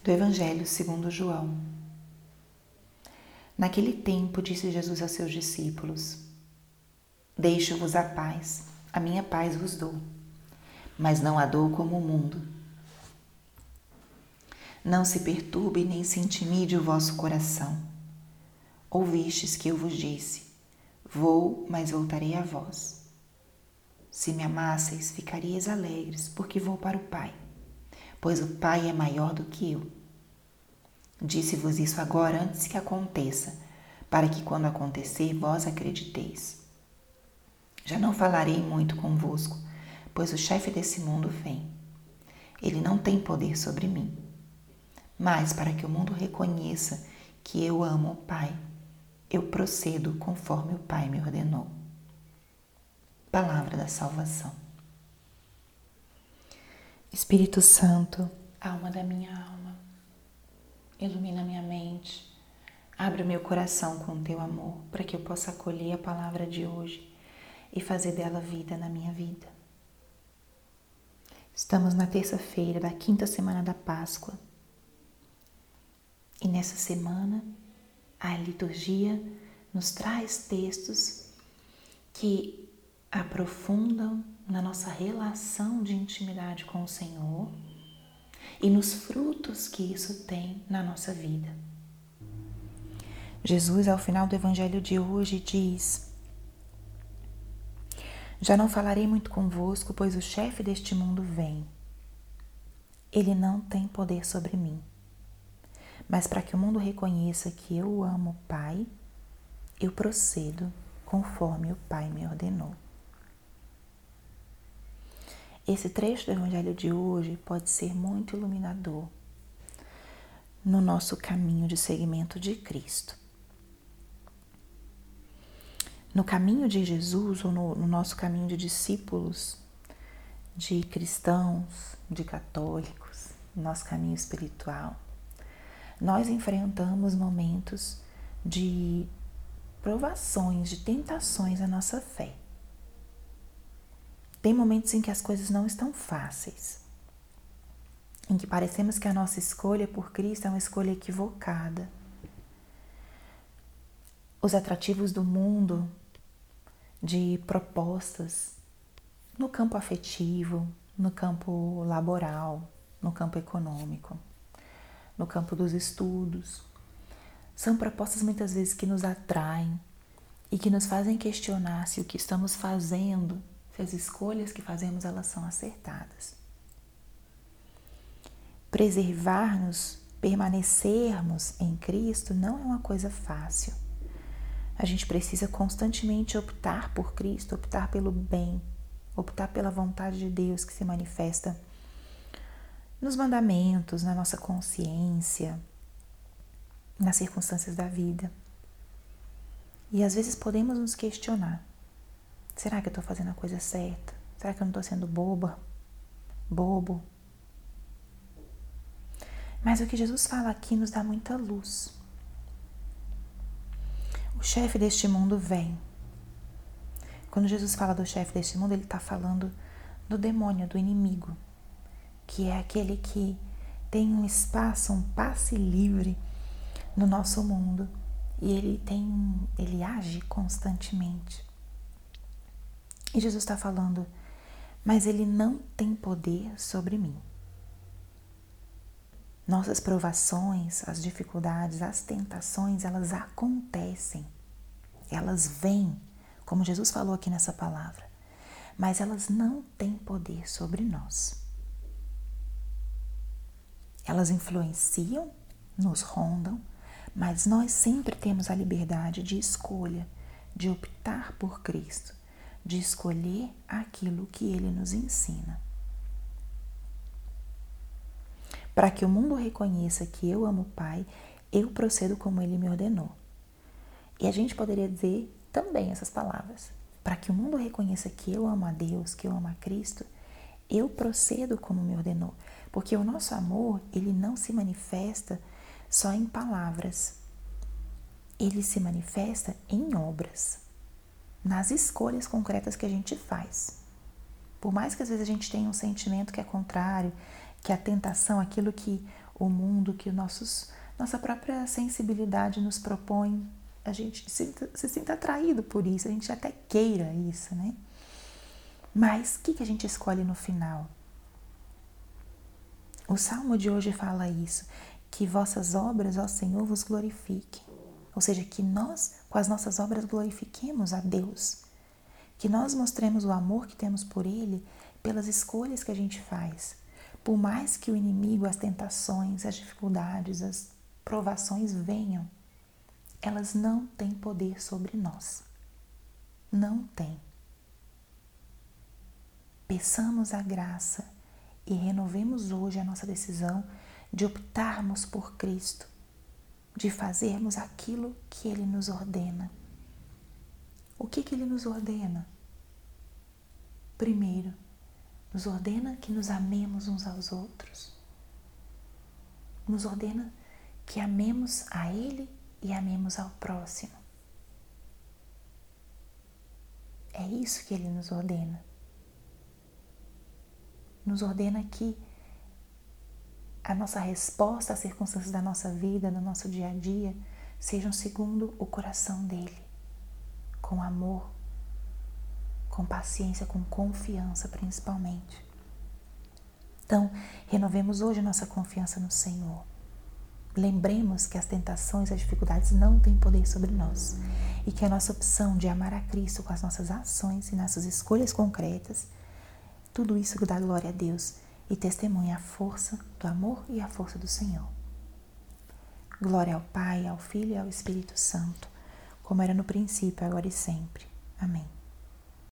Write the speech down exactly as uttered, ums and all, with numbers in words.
Do Evangelho segundo João. Naquele tempo disse Jesus aos seus discípulos: Deixo-vos a paz, a minha paz vos dou, mas não a dou como o mundo. Não se perturbe nem se intimide o vosso coração. Ouvistes que eu vos disse: Vou, mas voltarei a vós. Se me amasseis, ficaríeis alegres, porque vou para o Pai, pois o Pai é maior do que eu. Disse-vos isso agora antes que aconteça, para que quando acontecer vós acrediteis. Já não falarei muito convosco, pois o chefe desse mundo vem. Ele não tem poder sobre mim. Mas para que o mundo reconheça que eu amo o Pai, eu procedo conforme o Pai me ordenou. Palavra da salvação. Espírito Santo, alma da minha alma, ilumina minha mente, abre o meu coração com o teu amor, para que eu possa acolher a palavra de hoje e fazer dela vida na minha vida. Estamos na terça-feira da quinta semana da Páscoa. E nessa semana, a liturgia nos traz textos que aprofundam na nossa relação de intimidade com o Senhor e nos frutos que isso tem na nossa vida. Jesus, ao final do Evangelho de hoje, diz: Já não falarei muito convosco, pois o chefe deste mundo vem. Ele não tem poder sobre mim. Mas para que o mundo reconheça que eu amo o Pai, eu procedo conforme o Pai me ordenou. Esse trecho do Evangelho de hoje pode ser muito iluminador no nosso caminho de seguimento de Cristo. No caminho de Jesus, ou no, no nosso caminho de discípulos, de cristãos, de católicos, no nosso caminho espiritual, nós enfrentamos momentos de provações, de tentações à nossa fé. Tem momentos em que as coisas não estão fáceis, em que parecemos que a nossa escolha por Cristo é uma escolha equivocada. Os atrativos do mundo, de propostas no campo afetivo, no campo laboral, no campo econômico, no campo dos estudos, são propostas muitas vezes que nos atraem e que nos fazem questionar se o que estamos fazendo, se as escolhas que fazemos, elas são acertadas. Preservar-nos, permanecermos em Cristo não é uma coisa fácil. A gente precisa constantemente optar por Cristo, optar pelo bem, optar pela vontade de Deus que se manifesta nos mandamentos, na nossa consciência, nas circunstâncias da vida. E às vezes podemos nos questionar: será que eu estou fazendo a coisa certa? Será que eu não estou sendo boba? Bobo? Mas o que Jesus fala aqui nos dá muita luz. O chefe deste mundo vem. Quando Jesus fala do chefe deste mundo, ele está falando do demônio, do inimigo, que é aquele que tem um espaço, um passe livre no nosso mundo, e ele tem, ele age constantemente. E Jesus está falando: mas ele não tem poder sobre mim. Nossas provações, as dificuldades, as tentações, elas acontecem, elas vêm, como Jesus falou aqui nessa palavra, mas elas não têm poder sobre nós. Elas influenciam, nos rondam, mas nós sempre temos a liberdade de escolha, de optar por Cristo, de escolher aquilo que Ele nos ensina. Para que o mundo reconheça que eu amo o Pai, eu procedo como Ele me ordenou. E a gente poderia dizer também essas palavras: para que o mundo reconheça que eu amo a Deus, que eu amo a Cristo, eu procedo como me ordenou. Porque o nosso amor, ele não se manifesta só em palavras. Ele se manifesta em obras, nas escolhas concretas que a gente faz. Por mais que às vezes a gente tenha um sentimento que é contrário, que a tentação, aquilo que o mundo que nossos, nossa própria sensibilidade nos propõe, a gente se, se sinta atraído por isso, a gente até queira isso, né? Mas o que, que a gente escolhe no final? O Salmo de hoje fala isso, que vossas obras, ó Senhor, vos glorifiquem. Ou seja, que nós, com as nossas obras, glorifiquemos a Deus. Que nós mostremos o amor que temos por Ele pelas escolhas que a gente faz. Por mais que o inimigo, as tentações, as dificuldades, as provações venham, elas não têm poder sobre nós. Não têm. Peçamos a graça e renovemos hoje a nossa decisão de optarmos por Cristo, de fazermos aquilo que Ele nos ordena. O que que Ele nos ordena? Primeiro, nos ordena que nos amemos uns aos outros. Nos ordena que amemos a Ele e amemos ao próximo. É isso que Ele nos ordena. Nos ordena que a nossa resposta às circunstâncias da nossa vida, do nosso dia a dia, sejam segundo o coração dele, com amor, com paciência, com confiança principalmente. Então, renovemos hoje nossa confiança no Senhor. Lembremos que as tentações e as dificuldades não têm poder sobre nós e que a nossa opção de amar a Cristo com as nossas ações e nossas escolhas concretas, tudo isso dá glória a Deus e testemunha a força do amor e a força do Senhor. Glória ao Pai, ao Filho e ao Espírito Santo, como era no princípio, agora e sempre. Amém.